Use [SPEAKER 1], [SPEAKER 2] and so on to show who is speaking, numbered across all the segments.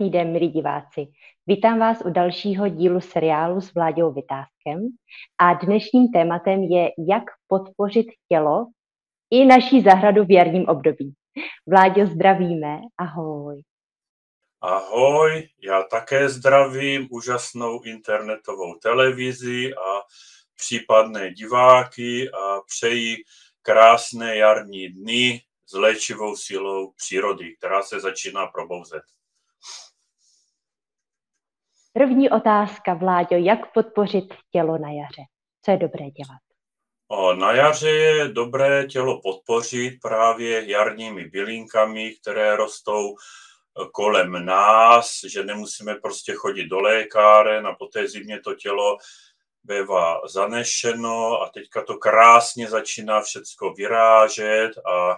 [SPEAKER 1] krásný den, milí diváci. Vítám vás u dalšího dílu seriálu s Vláďou Vytázkem a dnešním tématem je, jak podpořit tělo i naší zahradu v jarním období. Vláďo, zdravíme, ahoj.
[SPEAKER 2] Ahoj, já také zdravím úžasnou internetovou televizi a případné diváky a přeji krásné jarní dny s léčivou silou přírody, která se začíná probouzet.
[SPEAKER 1] První otázka, Vláďo, jak podpořit tělo na jaře? Co je dobré dělat?
[SPEAKER 2] Na jaře je dobré tělo podpořit právě jarními bylinkami, které rostou kolem nás, že nemusíme prostě chodit do lékáren a po té zimě to tělo bývá zanešeno a teďka to krásně začíná všecko vyrážet a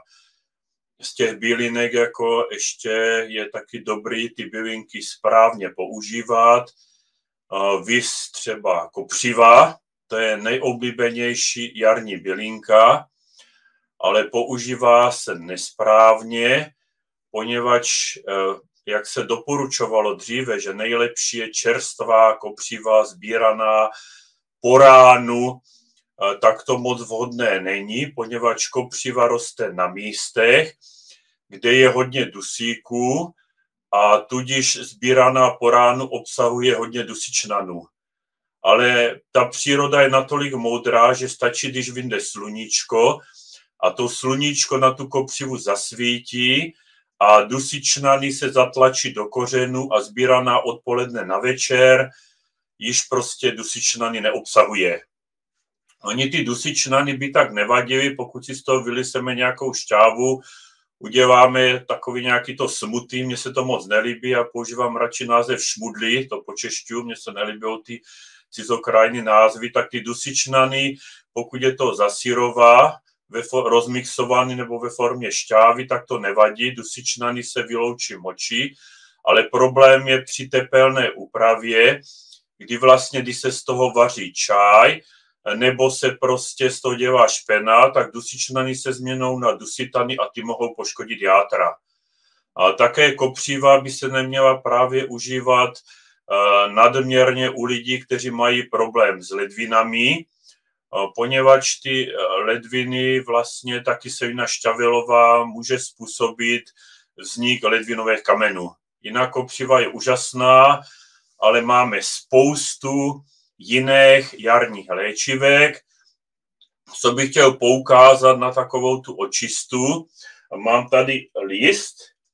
[SPEAKER 2] z těch bylinek jako ještě je taky dobrý ty bylinky správně používat. Viz třeba kopřiva, to je nejoblíbenější jarní bylinka, ale používá se nesprávně, poněvadž, jak se doporučovalo dříve, že nejlepší je čerstvá kopřiva sbíraná po ránu, tak to moc vhodné není, poněvadž kopřiva roste na místech, kde je hodně dusíků a tudíž sbíraná po ránu obsahuje hodně dusičnanů. Ale ta příroda je natolik moudrá, že stačí, když vyjde sluníčko a to sluníčko na tu kopřivu zasvítí a dusičnany se zatlačí do kořenu a sbíraná odpoledne na večer již prostě dusičnany neobsahuje. Oni ty dusičnany by tak nevadily, pokud si z toho vyliseme nějakou šťávu, uděláme takový nějaký to smutý, mně se to moc nelíbí a používám radši název šmudly, to počešťuju, mně se nelíbí ty cizokrajní názvy, tak ty dusičnany, pokud je to zasírová, rozmixovaný nebo ve formě šťávy, tak to nevadí, dusičnany se vyloučí močí, ale problém je při tepelné úpravě, kdy vlastně, když se z toho vaří čaj, nebo se prostě z toho dělá špenát, tak dusičnany se změnou na dusitany a ty mohou poškodit játra. A také kopřiva by se neměla právě užívat nadměrně u lidí, kteří mají problém s ledvinami, poněvadž ty ledviny vlastně taky sevina šťavělová může způsobit vznik ledvinových kamenů. Jinak kopřiva je úžasná, ale máme spoustu jiných jarních léčivek. Co bych chtěl poukázat na takovou tu očistu, mám tady list,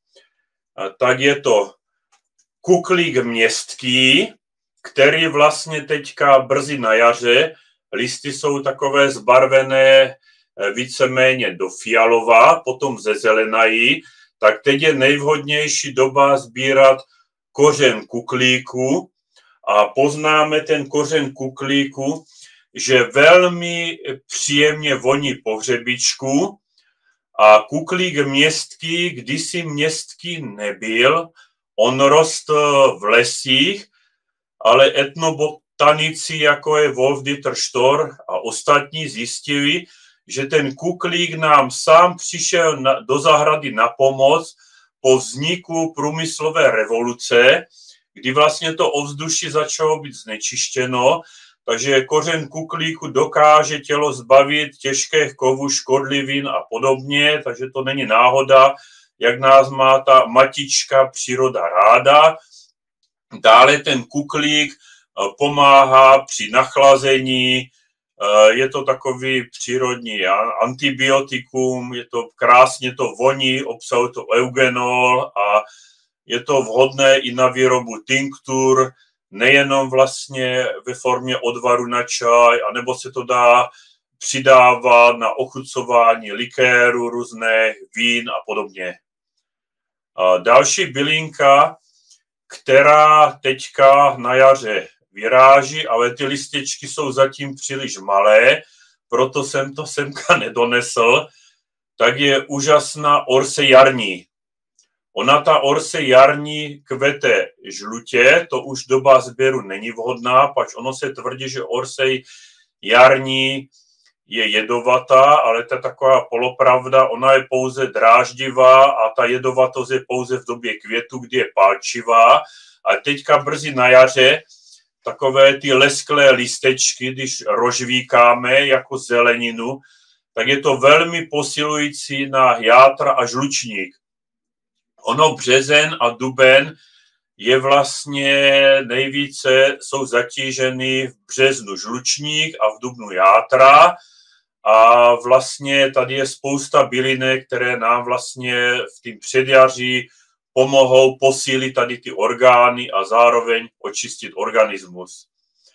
[SPEAKER 2] tak je to kuklík městský, který vlastně teďka brzy na jaře, listy jsou takové zbarvené víceméně do fialova, potom zezelenají, tak teď je nejvhodnější doba sbírat kořen kuklíku a poznáme ten kořen kuklíku, že velmi příjemně voní po hřebičku a kuklík městký, kdysi městký nebyl, on rostl v lesích, ale etnobotanici, jako je Wolf-Dieter Stohr a ostatní zjistili, že ten kuklík nám sám přišel do zahrady na pomoc po vzniku průmyslové revoluce, kdy vlastně to ovzduší začalo být znečištěno, takže kořen kuklíku dokáže tělo zbavit těžkých kovů, škodlivin a podobně, takže to není náhoda, jak nás má ta matička příroda ráda. Dále ten kuklík pomáhá při nachlazení, je to takový přírodní antibiotikum, je to krásně to voní, obsahuje to eugenol a je to vhodné i na výrobu tinktur, nejenom vlastně ve formě odvaru na čaj, anebo se to dá přidávat na ochucování likéru, různé vín a podobně. A další bylinka, která teďka na jaře vyráží, ale ty lističky jsou zatím příliš malé, proto jsem to semka nedonesl, tak je úžasná orse jarní. Ona ta orse jarní kvete žlutě, to už doba sběru není vhodná, pač ono se tvrdí, že orse jarní je jedovatá, ale to je taková polopravda, ona je pouze dráždivá a ta jedovatost je pouze v době květu, kdy je pálčivá. A teďka brzy na jaře takové ty lesklé listečky, když rožvíkáme jako zeleninu, tak je to velmi posilující na játra a žlučník. Ono březen a duben je vlastně nejvíce, jsou zatíženy v březnu žlučník a v dubnu játra. A vlastně tady je spousta bylinek, které nám vlastně v tím předjaří pomohou posílit tady ty orgány a zároveň očistit organismus.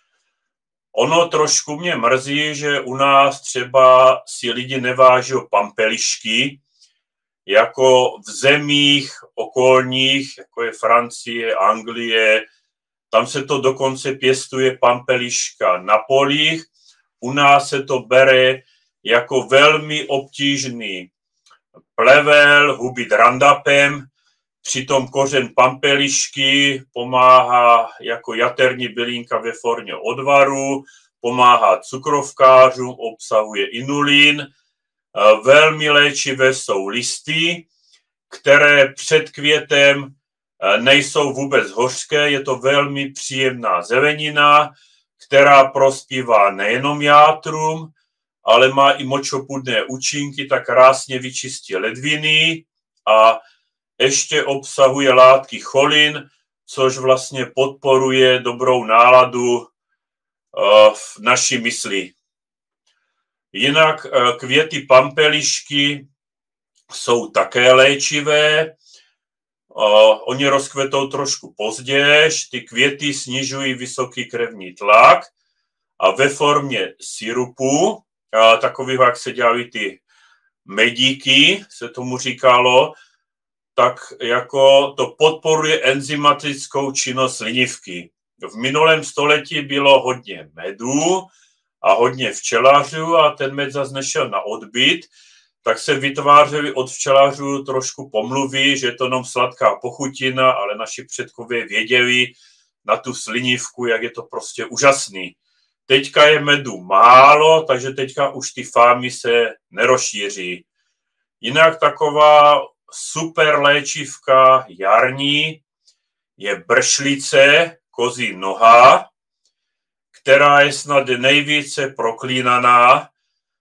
[SPEAKER 2] Ono trošku mě mrzí, že u nás třeba si lidi neváží pampelišky, jako v zemích okolních, jako je Francie, Anglie, tam se to dokonce pěstuje pampeliška na polích. U nás se to bere jako velmi obtížný plevel, hubit randapem, přitom kořen pampelišky pomáhá jako jaterní bylinka ve formě odvaru, pomáhá cukrovkářům, obsahuje inulin. Velmi léčivé jsou listy, které před květem nejsou vůbec hořké, je to velmi příjemná zelenina, která prospívá nejenom játrům, ale má i močopudné účinky, tak krásně vyčistí ledviny a ještě obsahuje látky cholin, což vlastně podporuje dobrou náladu v naší mysli. Jinak květy pampelišky jsou také léčivé. Oni rozkvetou trošku později, ty květy snižují vysoký krevní tlak a ve formě sirupu, takových, jak se dělají ty medíky, se tomu říkalo, tak jako to podporuje enzymatickou činnost slinivky. V minulém století bylo hodně medu a hodně včelařů a ten med zase nešel na odbyt, tak se vytvářely od včelařů trošku pomluvy, že je to jenom sladká pochutina, ale naši předkové věděli na tu slinivku, jak je to prostě úžasný. Teďka je medu málo, takže teďka už ty fámy se nerozšíří. Jinak taková super léčivka jarní je bršlice, kozí noha, která je snad nejvíce proklínaná,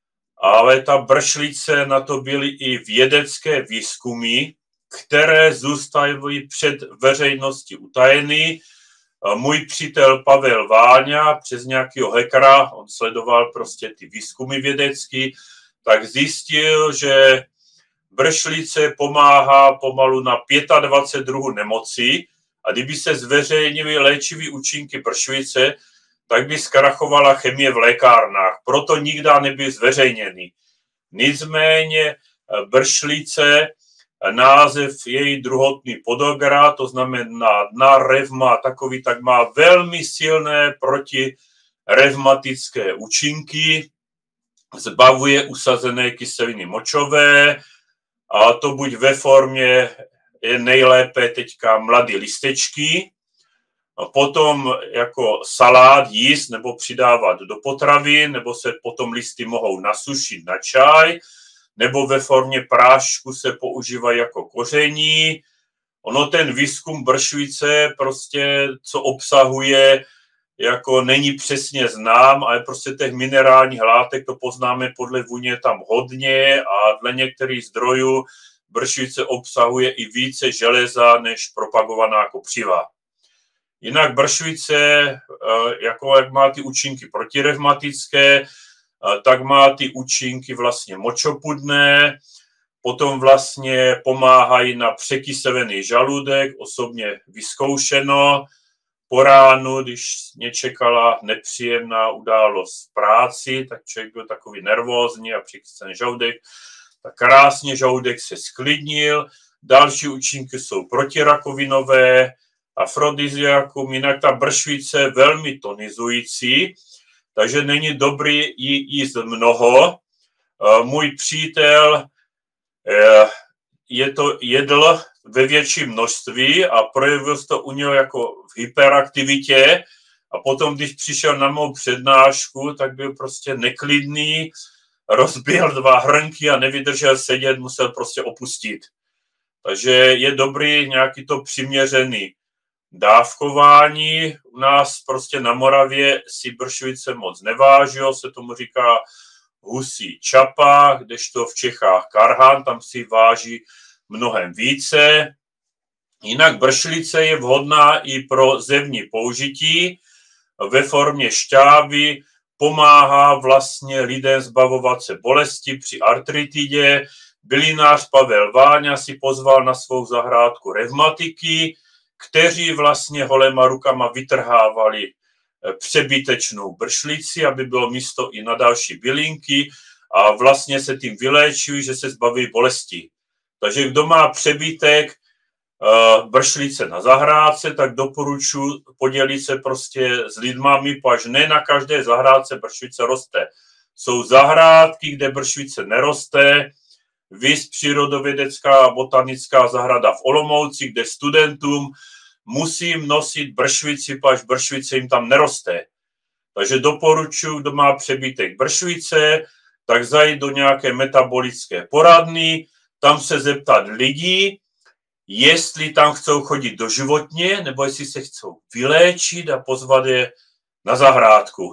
[SPEAKER 2] ale ta bršlice, na to byly i vědecké výzkumy, které zůstaly před veřejností utajeny. Můj přítel Pavel Váňa přes nějakého hackera, on sledoval prostě ty výzkumy vědecký, tak zjistil, že bršlice pomáhá pomalu na 25 druhů nemocí a kdyby se zveřejnily léčivé účinky bršlice, tak by zkrachovala chemie v lékárnách. Proto nikdy nebyl zveřejněný. Nicméně bršlice, název její druhotný podogra, to znamená na revma takový, tak má velmi silné protirevmatické účinky, zbavuje usazené kyseliny močové a to buď ve formě je nejlépe teďka mladé listečky, a potom jako salát jíst nebo přidávat do potravy, nebo se potom listy mohou nasušit na čaj, nebo ve formě prášku se používají jako koření. Ono ten výzkum bršlice prostě, co obsahuje, jako není přesně znám, ale prostě těch minerálních látek to poznáme podle vůně tam hodně a dle některých zdrojů bršlice obsahuje i více železa než propagovaná kopřiva. Jinak bršlice, jako jak má ty účinky protirevmatické, tak má ty účinky vlastně močopudné, potom vlastně pomáhají na překyselený žaludek, osobně vyzkoušeno. Po ránu, když mě čekala nepříjemná událost v práci, tak člověk byl takový nervózní a překysený žaludek, tak krásně žaludek se sklidnil. Další účinky jsou protirakovinové, afrodiziakum, jinak ta bršlice je velmi tonizující, takže není dobrý jí jíst mnoho. Můj přítel jedl ve větším množství a projevil se to u něho jako v hyperaktivitě a potom, když přišel na mou přednášku, tak byl prostě neklidný rozbil 2 hrnky a nevydržel sedět, musel prostě opustit. Takže je dobrý nějaký to přiměřený dávkování. U nás prostě na Moravě si bršvice moc neváží, se tomu říká husí čapa, kdežto v Čechách karhan, tam si váží mnohem více. Jinak bršlice je vhodná i pro zevní použití ve formě šťávy, pomáhá vlastně lidem zbavovat se bolesti při artritidě. Bylinář Pavel Váňa si pozval na svou zahrádku revmatiky, kteří vlastně holema rukama vytrhávali přebytečnou bršlici, aby bylo místo i na další bylinky a vlastně se tím vyléčují, že se zbaví bolesti. Takže kdo má přebytek bršlice na zahrádce, tak doporučuji podělit se prostě s lidmami, paž ne na každé zahrádce bršvice roste. Jsou zahrádky, kde bršvice neroste, viz přírodovědecká botanická zahrada v Olomouci, kde studentům musím nosit bršvici, paž bršvice jim tam neroste. Takže doporučuji, kdo má přebytek bršvice, tak zajít do nějaké metabolické poradny, tam se zeptat lidí, jestli tam chcou chodit doživotně, nebo jestli se chcou vyléčit a pozvat je na zahrádku.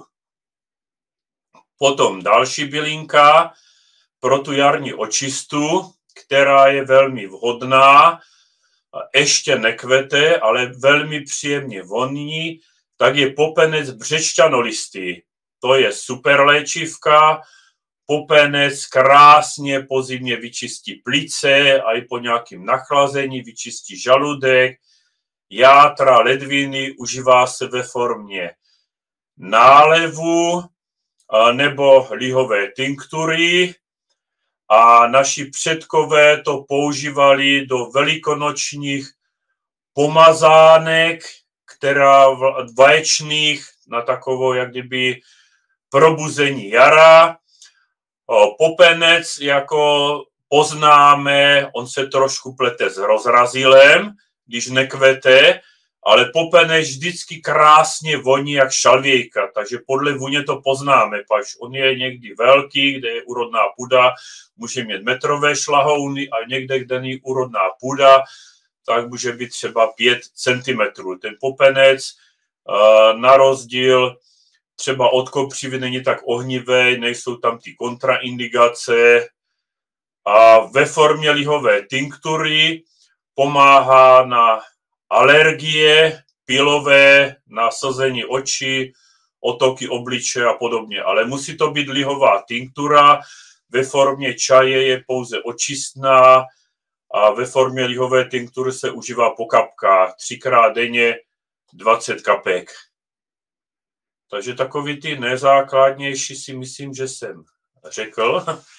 [SPEAKER 2] Potom další bylinka pro tu jarní očistu, která je velmi vhodná, ještě nekvete, ale velmi příjemně voní, tak je popenec břečťanolistý. To je super léčivka. Popenec krásně po zimě vyčistí plice a i po nějakým nachlazení vyčistí žaludek. Játra, ledviny užívá se ve formě nálevu nebo lihové tinktury a naši předkové to používali do velikonočních pomazánek, která vaječných na takovou jak kdyby probuzení jara. Popenec, jako poznáme, on se trošku plete s rozrazilem, když nekvete, ale popenec vždycky krásně voní jak šalvějka, takže podle vůně to poznáme, paž on je někdy velký, kde je úrodná půda, může mít metrové šlahouny a někde, kde není úrodná půda, tak může být třeba 5 cm. Ten popenec na rozdíl třeba od kopřivy není tak ohnivý, nejsou tam ty kontraindikace a ve formě lihové tinktury pomáhá na alergie, pilové, na slzení očí, otoky obličeje a podobně. Ale musí to být lihová tinktura, ve formě čaje je pouze očistná a ve formě lihové tinktury se užívá po kapkách, 3krát denně 20 kapek. Takže takový ty nejzákladnější si myslím, že jsem řekl.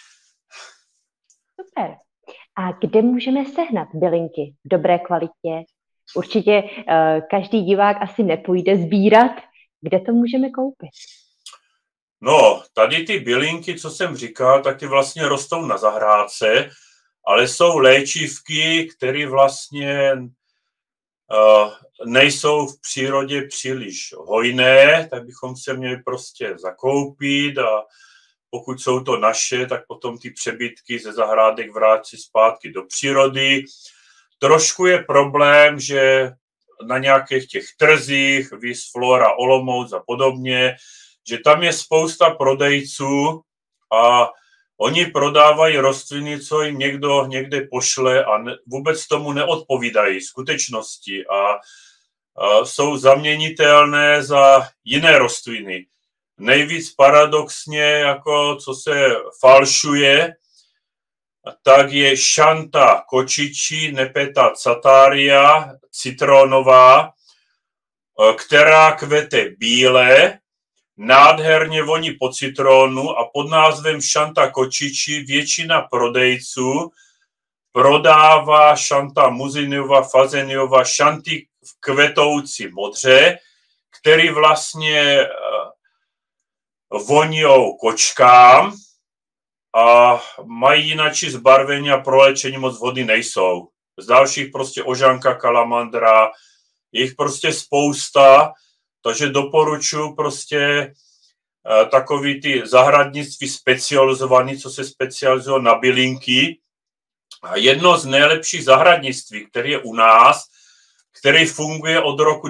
[SPEAKER 1] Super. A kde můžeme sehnat bylinky v dobré kvalitě? Určitě každý divák asi nepůjde sbírat. Kde to můžeme koupit?
[SPEAKER 2] No, tady ty bylinky, co jsem říkal, tak ty vlastně rostou na zahrádce, ale jsou léčivky, které vlastně nejsou v přírodě příliš hojné, tak bychom se měli prostě zakoupit a pokud jsou to naše, tak potom ty přebytky ze zahrádek vrátit zpátky do přírody. Trošku je problém, že na nějakých těch trzích, viz Flora, Olomouc a podobně, že tam je spousta prodejců a oni prodávají rostliny, co jim někdo někde pošle a vůbec tomu neodpovídají skutečnosti a jsou zaměnitelné za jiné rostliny. Nejvíc paradoxně, jako co se falšuje, tak je Shanta kočičí, Nepeta cataria, citronová, která kvete bíle, nádherně voní po citronu a pod názvem Shanta kočičí většina prodejců prodává Shanta muziniova, fazeniova, šanty kvetoucí modře, který vlastně voní kočkám a mají jináči zbarvení a pro léčení moc vhodný nejsou. Z dalších prostě ožanka, kalamandra, je jich prostě spousta, takže doporučuji prostě takový ty zahradnictví specializovaný, co se specializují na bylinky. A jedno z nejlepších zahradnictví, které je u nás, který funguje od roku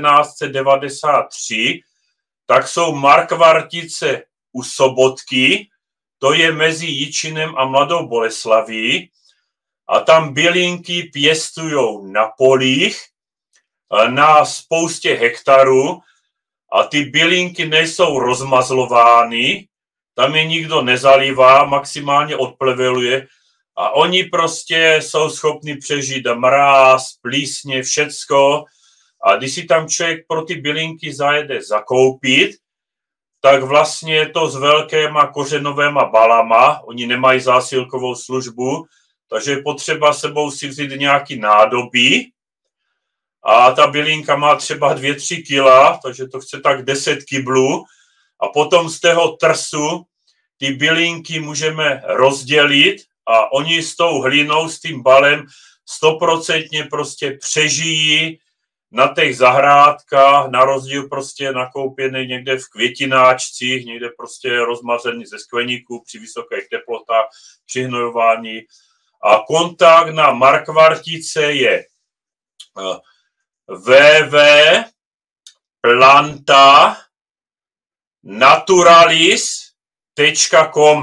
[SPEAKER 2] 1993, tak jsou Markvartice u Sobotky, to je mezi Jičinem a Mladou Boleslaví. A tam bylinky pěstujou na polích, na spoustě hektarů a ty bylinky nejsou rozmazlovány, tam je nikdo nezalívá, maximálně odpleveluje a oni prostě jsou schopni přežít mráz, plísně, všecko. A když si tam člověk pro ty bylinky zajede zakoupit, tak vlastně je to s velkýma kořenovýma balama, oni nemají zásilkovou službu, takže je potřeba sebou si vzít nějaký nádobí a ta bylinka má třeba 2-3 kila, takže to chce tak 10 kiblů a potom z toho trsu ty bylinky můžeme rozdělit a oni s tou hlinou, s tím balem 100% prostě přežijí na těch zahrádkách, na rozdíl prostě nakoupený někde v květináčcích, někde prostě rozmařený ze skleníků při vysokých teplotách, při hnojování. A kontakt na Markvartice je www.planta.naturalis.com.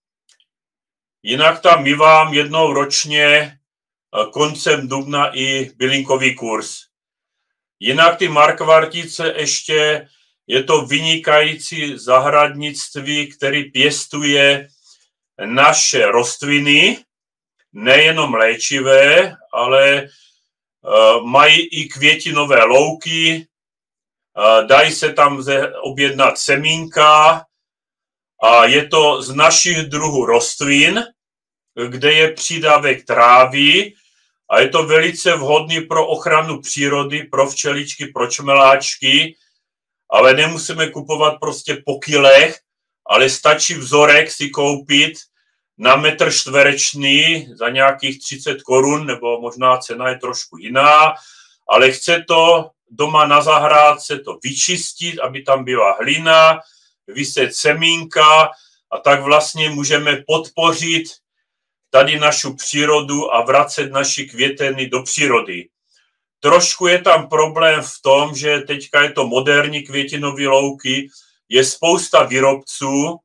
[SPEAKER 2] Jinak tam my vám jednou ročně koncem dubna i bylinkový kurz. Jinak ty Markvartice ještě je to vynikající zahradnictví, který pěstuje naše rostliny, nejenom léčivé, ale mají i květinové louky, dají se tam objednat semínka a je to z našich druhů rostlin, kde je přídavek trávy a je to velice vhodný pro ochranu přírody, pro včeličky, pro čmeláčky, ale nemusíme kupovat prostě po kilech, ale stačí vzorek si koupit na metr čtverečný za nějakých 30 korun, nebo možná cena je trošku jiná, ale chce to doma na zahrádce to vyčistit, aby tam byla hlina, vyset semínka a tak vlastně můžeme podpořit tady našu přírodu a vracet naši květeny do přírody. Trošku je tam problém v tom, že teďka je to moderní květinové louky, je spousta výrobců,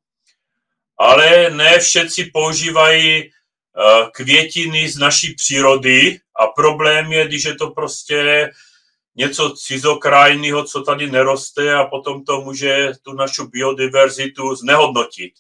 [SPEAKER 2] ale ne všetci používají květiny z naší přírody a problém je, když je to prostě něco cizokrajného, co tady neroste a potom to může tu naši biodiverzitu znehodnotit.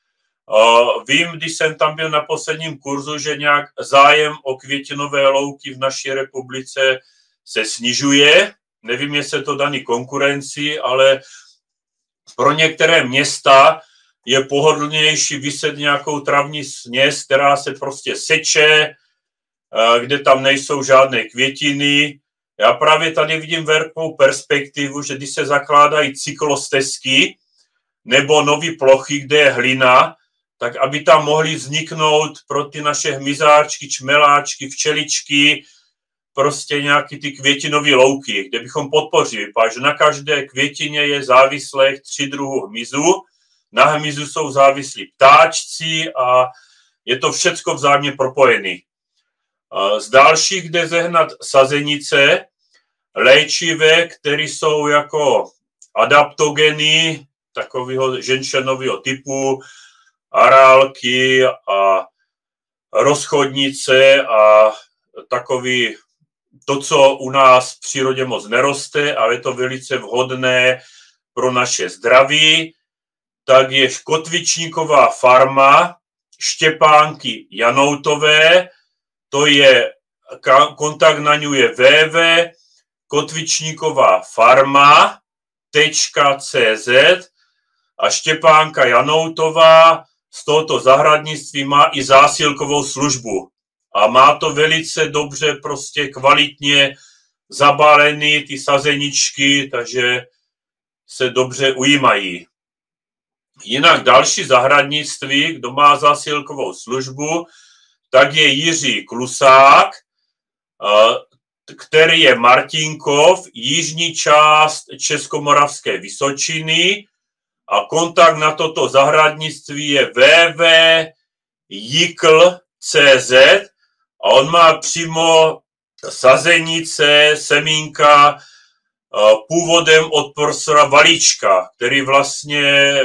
[SPEAKER 2] Vím, když jsem tam byl na posledním kurzu, že nějak zájem o květinové louky v naší republice se snižuje. Nevím, jestli je to daný konkurenci, ale pro některé města je pohodlnější vyset nějakou travní směs, která se prostě seče, kde tam nejsou žádné květiny. Já právě tady vidím velkou perspektivu, že když se zakládají cyklostezky nebo nové plochy, kde je hlina, tak aby tam mohly vzniknout pro ty naše hmyzáčky, čmeláčky, včeličky, prostě nějaký ty květinové louky, kde bychom podpořili, protože na každé květině je závislých 3 druhů hmyzu, na hmyzu jsou závislí ptáčci a je to všecko vzájemně propojené. Z dalších jde zehnat sazenice, léčivé, které jsou jako adaptogeny takového ženšenového typu, arálky a rozchodnice a takový to, co u nás v přírodě moc neroste, ale je to velice vhodné pro naše zdraví, tak je Kotvičníková farma Štěpánky Janoutové, to je, kontakt na ňu je www.kotvičníkovafarma.cz a Štěpánka Janoutová z tohoto zahradnictví má i zásilkovou službu. A má to velice dobře, prostě kvalitně zabalený ty sazeničky, takže se dobře ujímají. Jinak další zahradnictví, kdo má zásilkovou službu, tak je Jiří Klusák, který je Martinkov, jižní část Českomoravské Vysočiny A kontakt na toto zahradnictví je www.jikl.cz a on má přímo sazenice, semínka původem od profesora Valíčka, který vlastně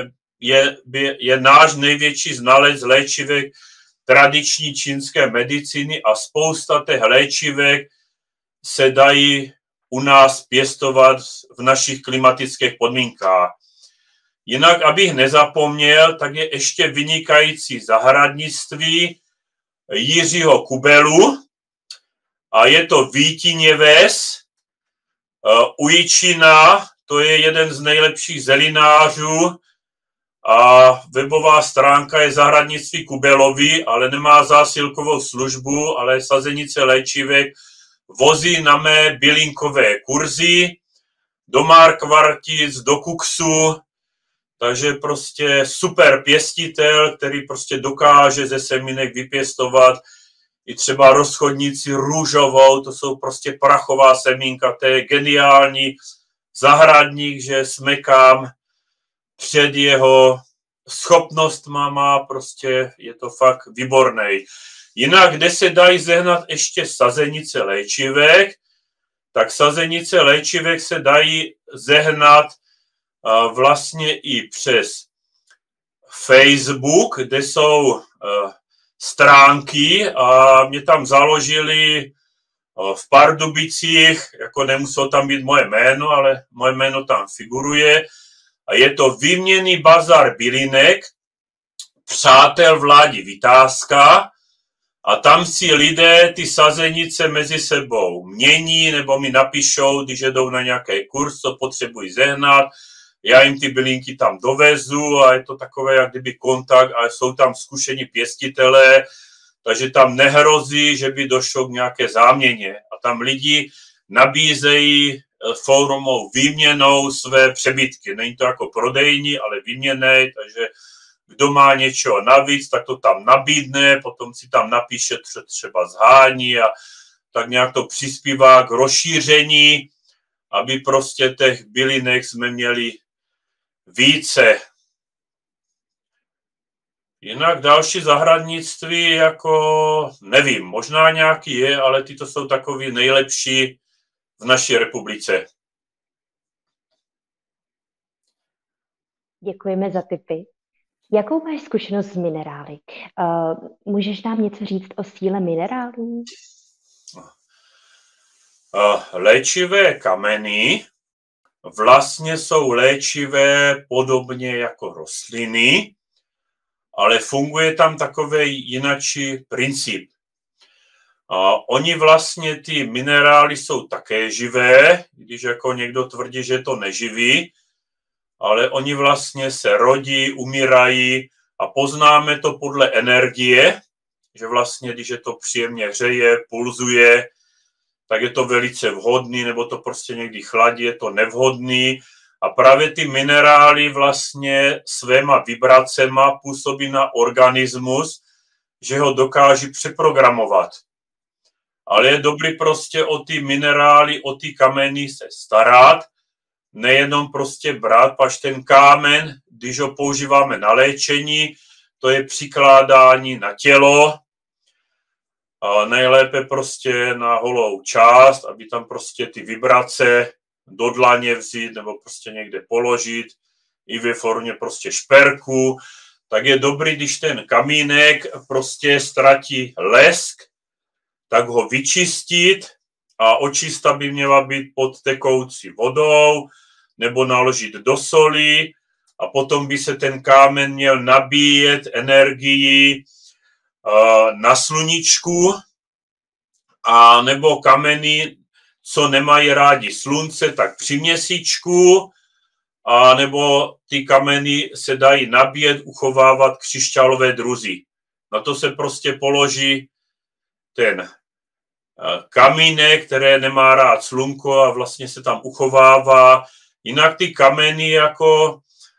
[SPEAKER 2] je náš největší znalec léčivek tradiční čínské medicíny a spousta těch léčivek se dají u nás pěstovat v našich klimatických podmínkách. Jinak, abych nezapomněl, tak je ještě vynikající zahradnictví Jiřího Kubelu a je to Vítiněves u Jičína, to je jeden z nejlepších zelinářů a webová stránka je zahradnictví Kubelovi, ale nemá zásilkovou službu, ale sazenice léčivek vozí na mé bylinkové kurzy do Markvartic, do Kuksu, takže prostě super pěstitel, který prostě dokáže ze semínek vypěstovat i třeba rozchodnici růžovou, to jsou prostě prachová semínka, to je geniální zahradník, že smekám před jeho schopnostma, prostě je to fakt výborný. Jinak, kde se dají zehnat ještě sazenice léčivek, tak sazenice léčivek se dají zehnat vlastně i přes Facebook, kde jsou stránky a mě tam založili v Pardubicích, jako nemuselo tam být moje jméno, ale moje jméno tam figuruje. A je to výměnný bazar bylinek přátel Vládi Vytázka a tam si lidé ty sazenice mezi sebou mění nebo mi napíšou, když jdou na nějaký kurz, co potřebují zehnat. Já jim ty bylinky tam dovezu a je to takové, jak kdyby kontakt a jsou tam zkušení pěstitelé, takže tam nehrozí, že by došlo k nějaké záměně. A tam lidi nabízejí formou výměnou své přebytky. Není to jako prodejní, ale výměnej, takže kdo má něčeho navíc, tak to tam nabídne, potom si tam napíše třeba zhání a tak nějak to přispívá k rozšíření, aby prostě těch bylinek jsme měli více. Jinak další zahradnictví, jako nevím, možná nějaký je, ale tyto jsou takový nejlepší v naší republice.
[SPEAKER 1] Děkujeme za tipy. Jakou máš zkušenost s minerály? Můžeš nám něco říct o síle minerálů?
[SPEAKER 2] Léčivé kameny vlastně jsou léčivé podobně jako rostliny, ale funguje tam takový jinačí princip. Oni vlastně, ty minerály jsou také živé, když jako někdo tvrdí, že to neživí, ale oni vlastně se rodí, umírají a poznáme to podle energie, že vlastně, když je to příjemně hřeje, pulzuje, tak je to velice vhodný, nebo to prostě někdy chladí, je to nevhodný. A právě ty minerály vlastně svéma vibracema působí na organismus, že ho dokáží přeprogramovat. Ale je dobrý prostě o ty minerály, o ty kameny se starat, nejenom prostě brát, pač ten kámen, když ho používáme na léčení, to je přikládání na tělo, a nejlépe prostě na holou část, aby tam prostě ty vibrace do dlaně vzít nebo prostě někde položit, i ve formě prostě šperku, tak je dobrý, když ten kamínek prostě ztratí lesk, tak ho vyčistit a očista by měla být pod tekoucí vodou nebo naložit do soli a potom by se ten kámen měl nabíjet energií na sluníčku a nebo kameny, co nemají rádi slunce, tak při měsíčku a nebo ty kameny se dají nabíjet, uchovávat křišťálové druzy. Na to se prostě položí ten kamínek, které nemá rád slunko a vlastně se tam uchovává. Jinak ty kameny jako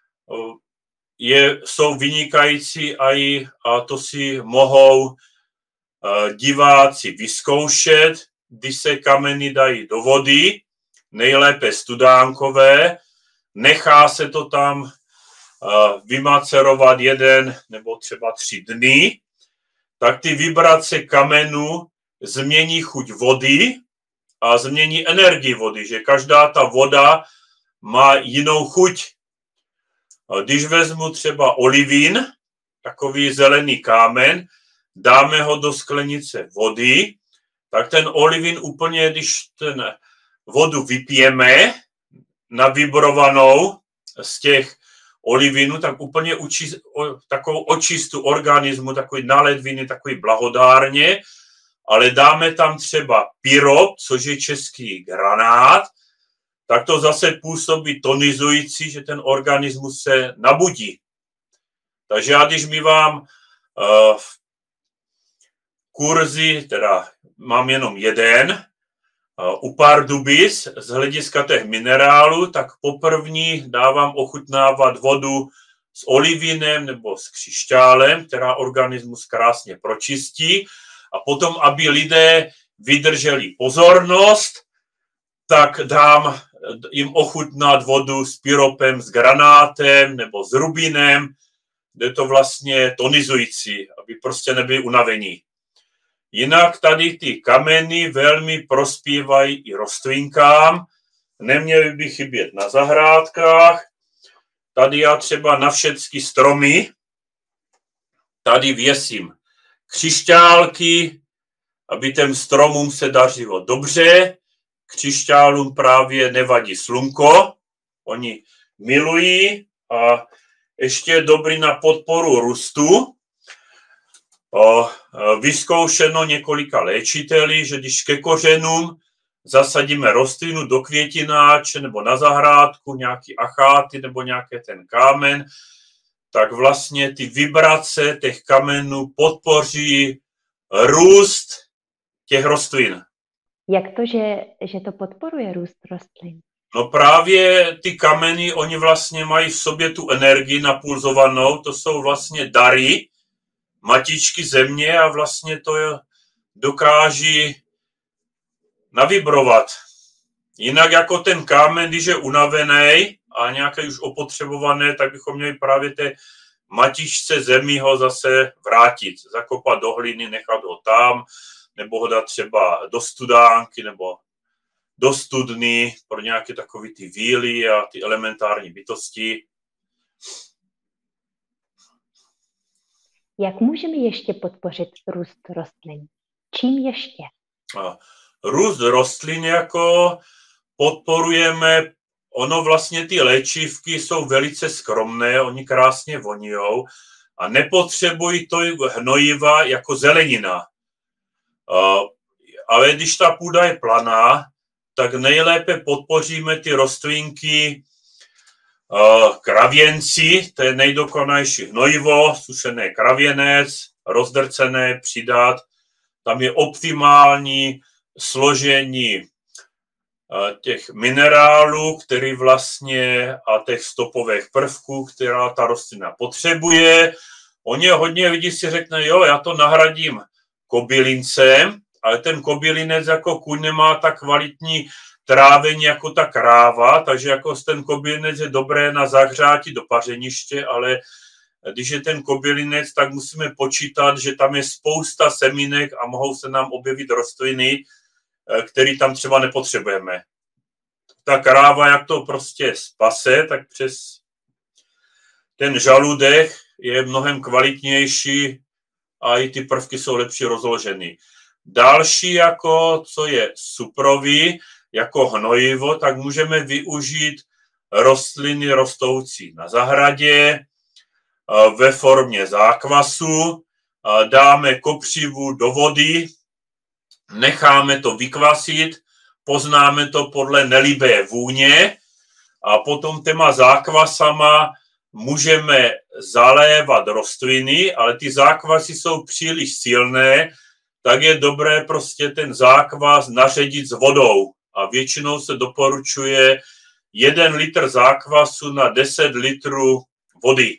[SPEAKER 2] jsou vynikající a to si mohou diváci vyzkoušet, když se kameny dají do vody, nejlépe studánkové, nechá se to tam vymacerovat 1 nebo třeba 3 dny, tak ty vibrace kamenu změní chuť vody a změní energii vody, že každá ta voda má jinou chuť. Když vezmu třeba olivín, takový zelený kámen, dáme ho do sklenice vody, tak ten olivín úplně, když ten vodu vypijeme navibrovanou z těch olivínů, tak úplně takovou očistu organismu, takový naledviny, takový blahodárně, ale dáme tam třeba pyrob, což je český granát, tak to zase působí tonizující, že ten organismus se nabudí. Takže já když mívám kurzy, teda mám jenom jeden, u Pardubis z hlediska těch minerálů, tak poprvní dávám ochutnávat vodu s olivinem nebo s křišťálem, která organismus krásně pročistí. A potom, aby lidé vydrželi pozornost, tak dám jim ochutnat vodu s pyropem, s granátem nebo s rubinem, kde je to vlastně tonizující, aby prostě nebyli unavení. Jinak tady ty kameny velmi prospívají i rostlinkám, neměly by chybět na zahrádkách. Tady já třeba na všechny stromy, tady věsím křišťálky, aby těm stromům se dařilo dobře. Křišťálům právě nevadí slunko, oni milují a ještě je dobrý na podporu růstu. Vyzkoušeno několika léčiteli, že když ke kořenům zasadíme rostlinu do květináče nebo na zahrádku, nějaký acháty nebo nějaký ten kámen, tak vlastně ty vibrace těch kamenů podpoří růst těch rostlin.
[SPEAKER 1] Jak to, že to podporuje růst rostlin?
[SPEAKER 2] No právě ty kameny, oni vlastně mají v sobě tu energii napulzovanou, to jsou vlastně dary matičky země a vlastně to dokáží navibrovat. Jinak jako ten kámen, když je unavený a nějaký už opotřebovaný, tak bychom měli právě té matičce zemi ho zase vrátit, zakopat do hliny, nechat ho tam, nebo ho dát třeba do studánky nebo do studny pro nějaké takové ty víly a ty elementární bytosti.
[SPEAKER 1] Jak můžeme ještě podpořit růst rostlin? Čím ještě?
[SPEAKER 2] Růst rostlin jako podporujeme, ono vlastně ty léčivky jsou velice skromné, oni krásně vonijou a nepotřebují to hnojiva jako zelenina. Ale když ta půda je planá, tak nejlépe podpoříme ty rostlinky kravěnci, to je nejdokonalejší hnojivo, sušené kravěnec, rozdrcené přidat. Tam je optimální složení těch minerálů, který vlastně a těch stopových prvků, která ta rostlina potřebuje. Oni hodně lidí si řekne, jo, já to nahradím kobylincem, ale ten kobylinec jako kůň nemá tak kvalitní trávení jako ta kráva, takže jako ten kobylinec je dobré na zahřátí do pařeniště, ale když je ten kobylinec, tak musíme počítat, že tam je spousta semínek a mohou se nám objevit rostliny, které tam třeba nepotřebujeme. Ta kráva, jak to prostě spase, tak přes ten žaludek je mnohem kvalitnější a i ty prvky jsou lepší rozloženy. Další, jako co je suprový, jako hnojivo, tak můžeme využít rostliny rostoucí na zahradě ve formě zákvasu, dáme kopřivu do vody, necháme to vykvasit, poznáme to podle nelibé vůně a potom těma zákvasama můžeme zalévat rostliny, ale ty zákvasy jsou příliš silné, tak je dobré prostě ten zákvas naředit s vodou. A většinou se doporučuje 1 litr zákvasu na 10 litrů vody.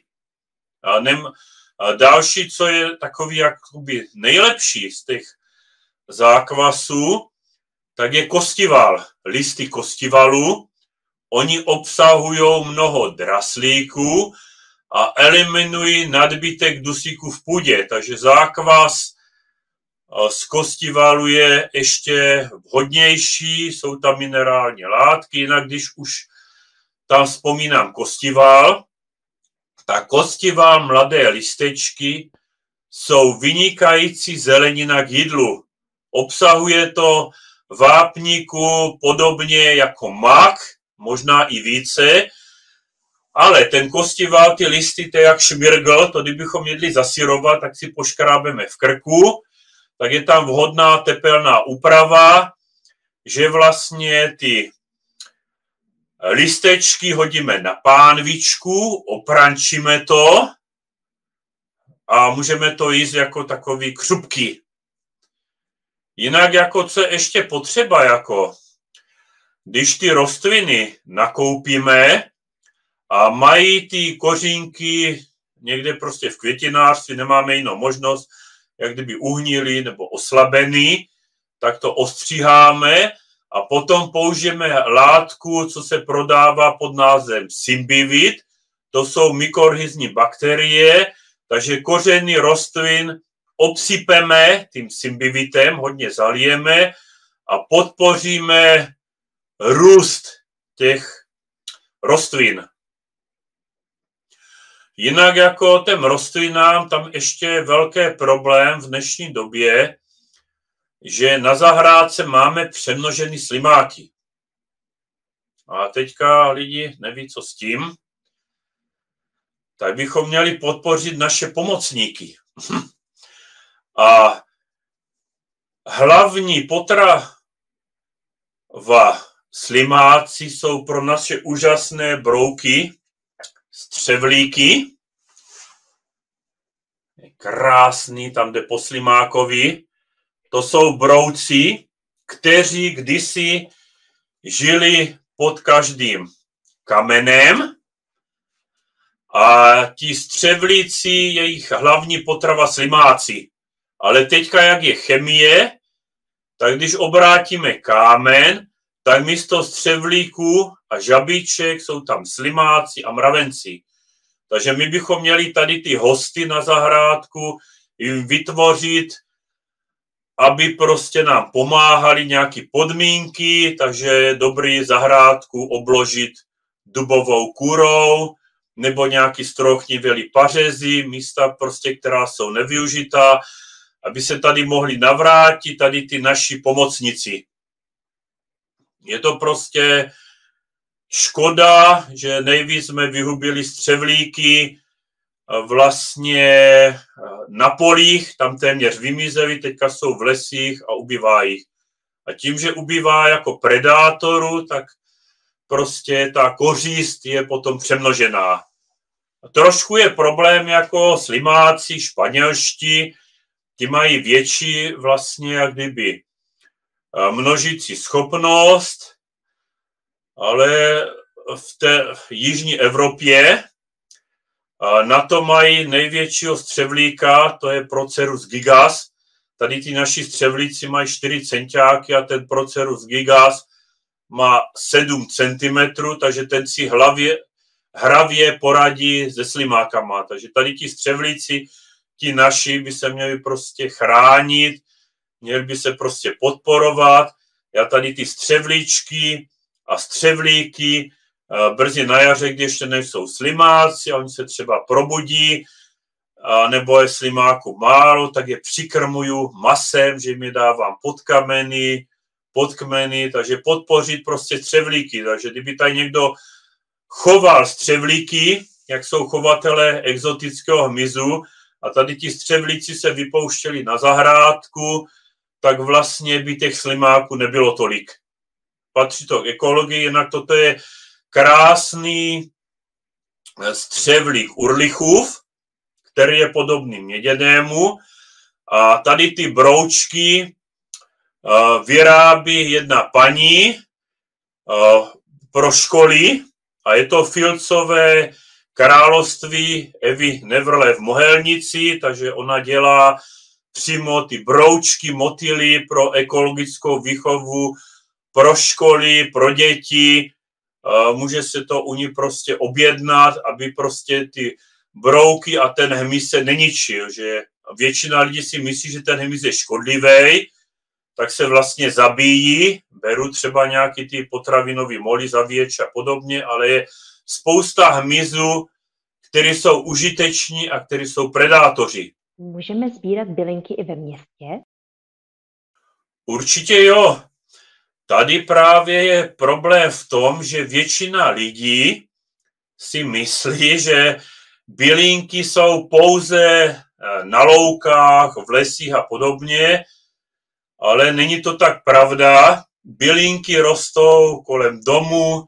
[SPEAKER 2] A další, co je takový jakoby nejlepší z těch zákvasů, tak je kostival. Listy kostivalu, oni obsahují mnoho draslíků a eliminují nadbytek dusíku v půdě. Takže zákvas z kostivalu je ještě vhodnější, jsou tam minerální látky, jinak když už tam vzpomínám kostival, tak kostival, mladé listečky jsou vynikající zelenina k jídlu. Obsahuje to vápníku podobně jako mak, možná i více, ale ten kostival, ty listy, to je jak šmirgl, to kdybychom jedli zasirovat, tak si poškrábeme v krku, tak je tam vhodná tepelná úprava, že vlastně ty listečky hodíme na pánvičku, oprančíme to a můžeme to jíst jako takový křupky. Jinak jako co je ještě potřeba, jako když ty rostliny nakoupíme a mají ty kořínky někde prostě v květinářství, nemáme jinou možnost, jak kdyby uhnili nebo oslabený, tak to ostříháme a potom použijeme látku, co se prodává pod názvem Symbivit. To jsou mykorhizní bakterie, takže kořeny rostlin obsypeme tím Symbivitem, hodně zalijeme a podpoříme růst těch rostlin. Jinak jako těm rostlinám tam ještě je velký problém v dnešní době, že na zahrádce máme přemnožený slimáky. A teďka lidi neví, co s tím, tak bychom měli podpořit naše pomocníky. A hlavní potrava slimáci jsou pro naše úžasné brouky, střevlíky. Krásný, tam jde po slimákovi. To jsou brouci, kteří kdysi žili pod každým kamenem a ti střevlíci, jejich hlavní potrava slimáci. Ale teďka, jak je chemie, tak když obrátíme kámen, tak místo střevlíků a žabíček jsou tam slimáci a mravenci. Takže my bychom měli tady ty hosty na zahrádku jim vytvořit, aby prostě nám pomáhali nějaké podmínky, takže je dobrý zahrádku obložit dubovou kůrou nebo nějaký strochnivělý pařezy, místa prostě, která jsou nevyužitá, aby se tady mohli navrátit tady ty naši pomocníci. Je to prostě škoda, že nejvíc jsme vyhubili střevlíky vlastně na polích, tam téměř vymizeli, teďka jsou v lesích a ubývá jich. A tím, že ubývá jako predátoru, tak prostě ta kořist je potom přemnožená. A trošku je problém jako slimáci, španělští, ti mají větší vlastně jak kdyby množící schopnost, ale v té jižní Evropě na to mají největšího střevlíka, to je Procerus gigas. Tady ty naši střevlíci mají 4 centiáky a ten Procerus gigas má 7 cm, takže ten si hravě poradí se slimákama. Takže tady ti střevlíci, ti naši by se měli prostě chránit, měli by se prostě podporovat. Já tady ty střevlíčky a střevlíky brzy na jaře, když ještě nejsou slimáci a oni se třeba probudí, nebo je slimáku málo, tak je přikrmuju masem, že jim je dávám podkmeny, takže podpořit prostě střevlíky. Takže kdyby tady někdo choval střevlíky, jak jsou chovatelé exotického hmyzu, a tady ti střevlíci se vypouštěli na zahrádku, tak vlastně by těch slimáků nebylo tolik. Patří to k ekologii, jinak toto je krásný střevlík urlichův, který je podobný měděnému. A tady ty broučky vyrábí jedna paní pro školy a je to filcové království Evy Nevrle v Mohelnici, takže ona dělá přímo ty broučky, motýly pro ekologickou výchovu, pro školy, pro děti. Může se to u ní prostě objednat, aby prostě ty brouky a ten hmyz se neničil, že většina lidí si myslí, že ten hmyz je škodlivý, tak se vlastně zabíjí, beru třeba nějaký ty potravinový moly, zabíječ a podobně, ale je spousta hmyzu, které jsou užiteční a které jsou predátoři.
[SPEAKER 1] Můžeme sbírat bylinky i ve městě?
[SPEAKER 2] Určitě jo. Tady právě je problém v tom, že většina lidí si myslí, že bylinky jsou pouze na loukách, v lesích a podobně, ale není to tak pravda. Bylinky rostou kolem domu,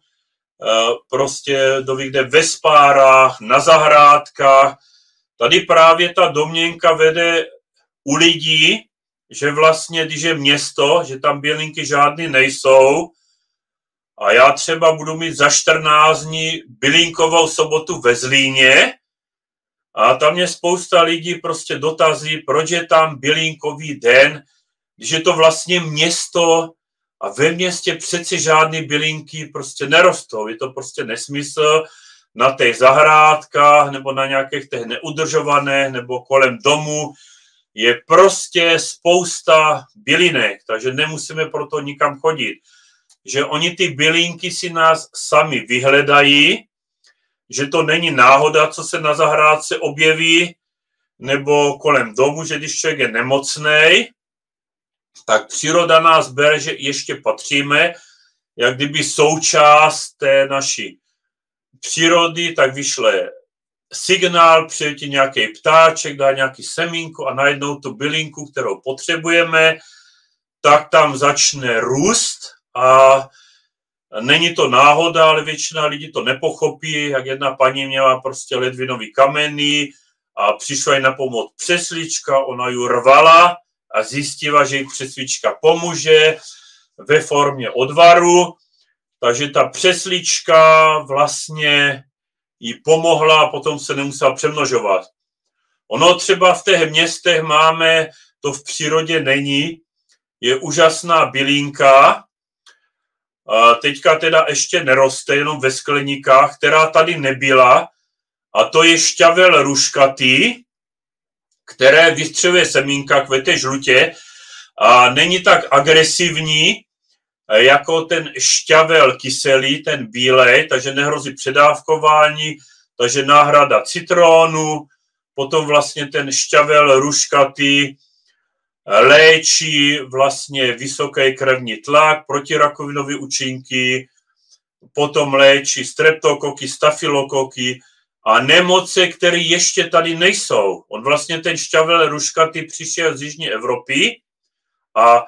[SPEAKER 2] prostě kde ve spárách, na zahrádkách. Tady právě ta domněnka vede u lidí, že vlastně, když je město, že tam bylinky žádný nejsou a já třeba budu mít za 14 dní bylinkovou sobotu ve Zlíně a tam mě spousta lidí prostě dotazí, proč je tam bylinkový den, když je to vlastně město a ve městě přeci žádný bylinky prostě nerostou. Je to prostě nesmysl na těch zahrádkách nebo na nějakých těch neudržovaných nebo kolem domu. Je prostě spousta bylinek, takže nemusíme proto nikam chodit. Že oni ty bylinky si nás sami vyhledají, že to není náhoda, co se na zahrádce objeví, nebo kolem domu, že když člověk je nemocnej, tak příroda nás bere, že ještě patříme, jak kdyby součást té naší přírody, tak vyšle signál, přijde nějaký ptáček, dá nějaký semínko a najednou tu bylinku, kterou potřebujeme, tak tam začne růst a není to náhoda, ale většina lidí to nepochopí, jak jedna paní měla prostě ledvinový kameny a přišla jí na pomoc přeslička, ona ji rvala a zjistila, že jí přeslička pomůže ve formě odvaru, takže ta přeslička vlastně jí pomohla a potom se nemusela přemnožovat. Ono třeba v těch městech máme, to v přírodě není, je úžasná bylinka, teďka teda ještě neroste, jenom ve skleníkách, která tady nebyla, a to je šťavel ruškatý, které vystřeluje semínka, kvete žlutě a není tak agresivní jako ten šťavel kyselý, ten bílej, takže nehrozí předávkování, takže náhrada citronu, potom vlastně ten šťavel ruškatý léčí vlastně vysoký krevní tlak, protirakovinové účinky, potom léčí streptokoky, stafylokoky a nemoce, které ještě tady nejsou. On vlastně ten šťavel ruškatý přišel z Jižní Evropy a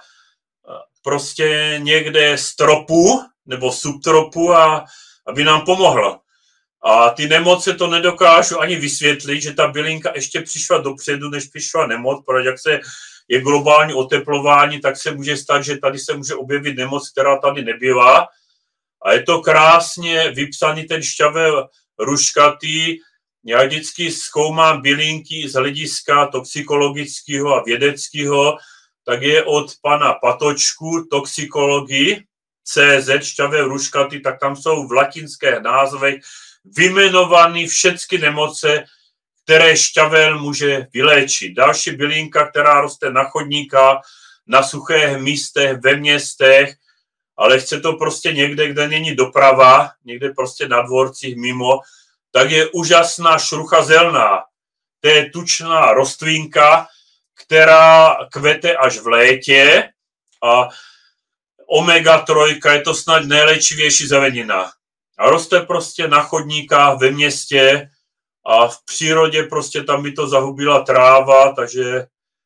[SPEAKER 2] prostě někde z tropu nebo subtropu a aby nám pomohlo. A ty nemoce to nedokážu ani vysvětlit, že ta bylinka ještě přišla dopředu, než přišla nemoc, protože jak se je globální oteplování, tak se může stát, že tady se může objevit nemoc, která tady nebyla. A je to krásně vypsaný ten šťavel ruškatý. Já vždycky zkoumám bylinky z hlediska toxikologického a vědeckého, tak je od pana Patočku toxikologii CZ šťavel ruškatý, tak tam jsou v latinských názvech vyjmenované všechny nemoce, které šťavel může vyléčit. Další bylinka, která roste na chodníkách, na suchých místech, ve městech, ale chce to prostě někde, kde není doprava, někde prostě na dvorcích mimo, tak je úžasná šrucha zelná. To je tučná rostlinka, která kvete až v létě a omega-3 je to snad nejléčivější zelenina. A roste prostě na chodníkách ve městě a v přírodě prostě tam by to zahubila tráva, takže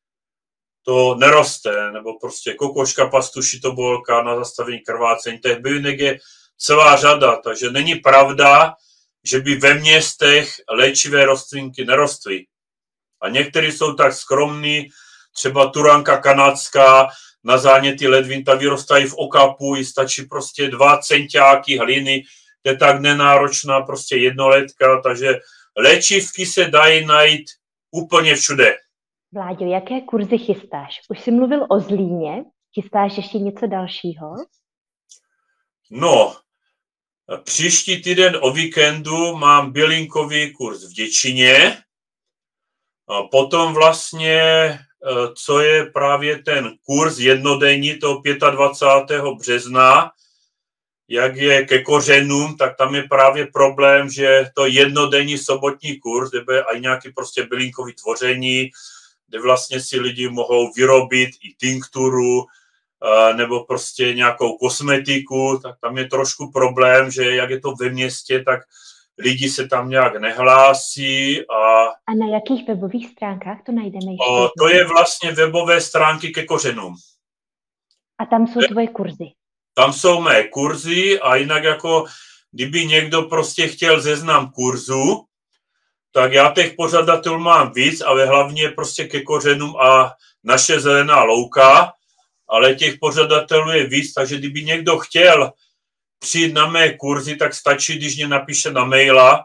[SPEAKER 2] to neroste, nebo prostě kokoška, pastuši, tobolka na zastavení krvácení. Těch bylinek je celá řada, takže není pravda, že by ve městech léčivé rostlinky nerostly. A některý jsou tak skromní, třeba turanka kanadská, na záněty ledvin, ta vyrůstají v okapu, i stačí prostě 2 centiáky hliny, to je tak nenáročná prostě jednoletka, takže léčivky se dají najít úplně všude.
[SPEAKER 1] Vláďo, jaké kurzy chystáš? Už jsi mluvil o Zlíně, chystáš ještě něco dalšího?
[SPEAKER 2] No, Příští týden o víkendu mám bylinkový kurz v Děčíně. Potom vlastně, co je právě ten kurz jednodenní toho 25. března, jak je ke kořenům, tak tam je právě problém, že to jednodenní sobotní kurz, kde bude i nějaký prostě bylinkový tvoření, kde vlastně si lidi mohou vyrobit i tinkturu, nebo prostě nějakou kosmetiku, tak tam je trošku problém, že jak je to ve městě, tak lidi se tam nějak nehlásí.
[SPEAKER 1] A na jakých webových stránkách to najdeme ještě?
[SPEAKER 2] To je vlastně webové stránky ke kořenům.
[SPEAKER 1] A tam jsou tvoje kurzy?
[SPEAKER 2] Tam jsou mé kurzy a jinak jako kdyby někdo prostě chtěl seznam kurzu, tak já těch pořadatelů mám víc, ale hlavně prostě ke kořenům a naše zelená louka, ale těch pořadatelů je víc, takže kdyby někdo chtěl přijít na mé kurzy, tak stačí, když mě napíše na maila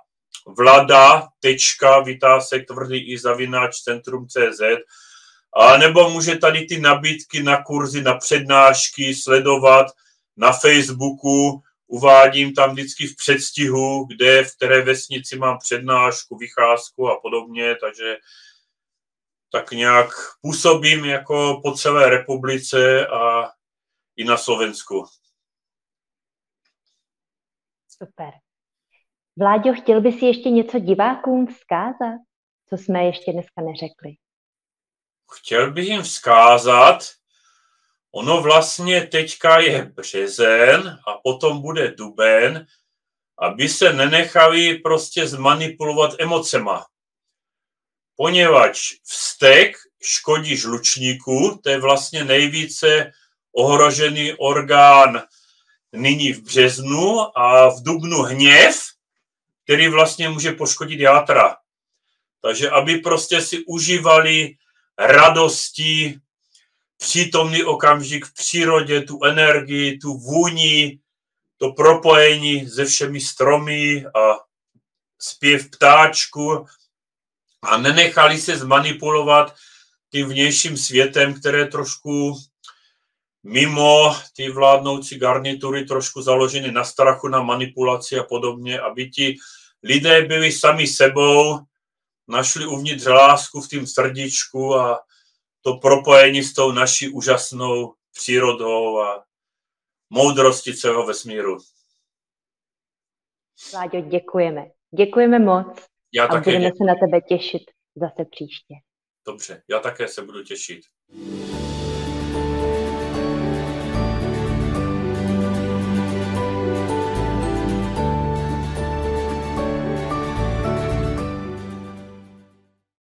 [SPEAKER 2] vlada.vitásek_centrum.cz a nebo může tady ty nabídky na kurzy, na přednášky sledovat na Facebooku, uvádím tam vždycky v předstihu, kde, v které vesnici mám přednášku, vycházku a podobně, takže tak nějak působím jako po celé republice a i na Slovensku.
[SPEAKER 1] Super. Vláďo, chtěl bys ještě něco divákům vzkázat, co jsme ještě dneska neřekli?
[SPEAKER 2] Chtěl bych jim vzkázat, ono vlastně teďka je březen a potom bude duben, aby se nenechali prostě zmanipulovat emocema. Poněvadž vztek škodí žlučníku, to je vlastně nejvíce ohrožený orgán nyní v březnu a v dubnu hněv, který vlastně může poškodit játra. Takže aby prostě si užívali radosti, přítomný okamžik v přírodě, tu energii, tu vůni, to propojení se všemi stromy a zpěv ptáčku a nenechali se zmanipulovat tím vnějším světem, které je trošku mimo ty vládnoucí garnitury, trošku založeny na strachu, na manipulaci a podobně, aby ti lidé byli sami sebou, našli uvnitř lásku v tým srdíčku a to propojení s tou naší úžasnou přírodou a moudrosti celého vesmíru.
[SPEAKER 1] Vláďo, děkujeme. Děkujeme moc.
[SPEAKER 2] Já
[SPEAKER 1] a budeme se na tebe těšit zase příště.
[SPEAKER 2] Dobře, já také se budu těšit.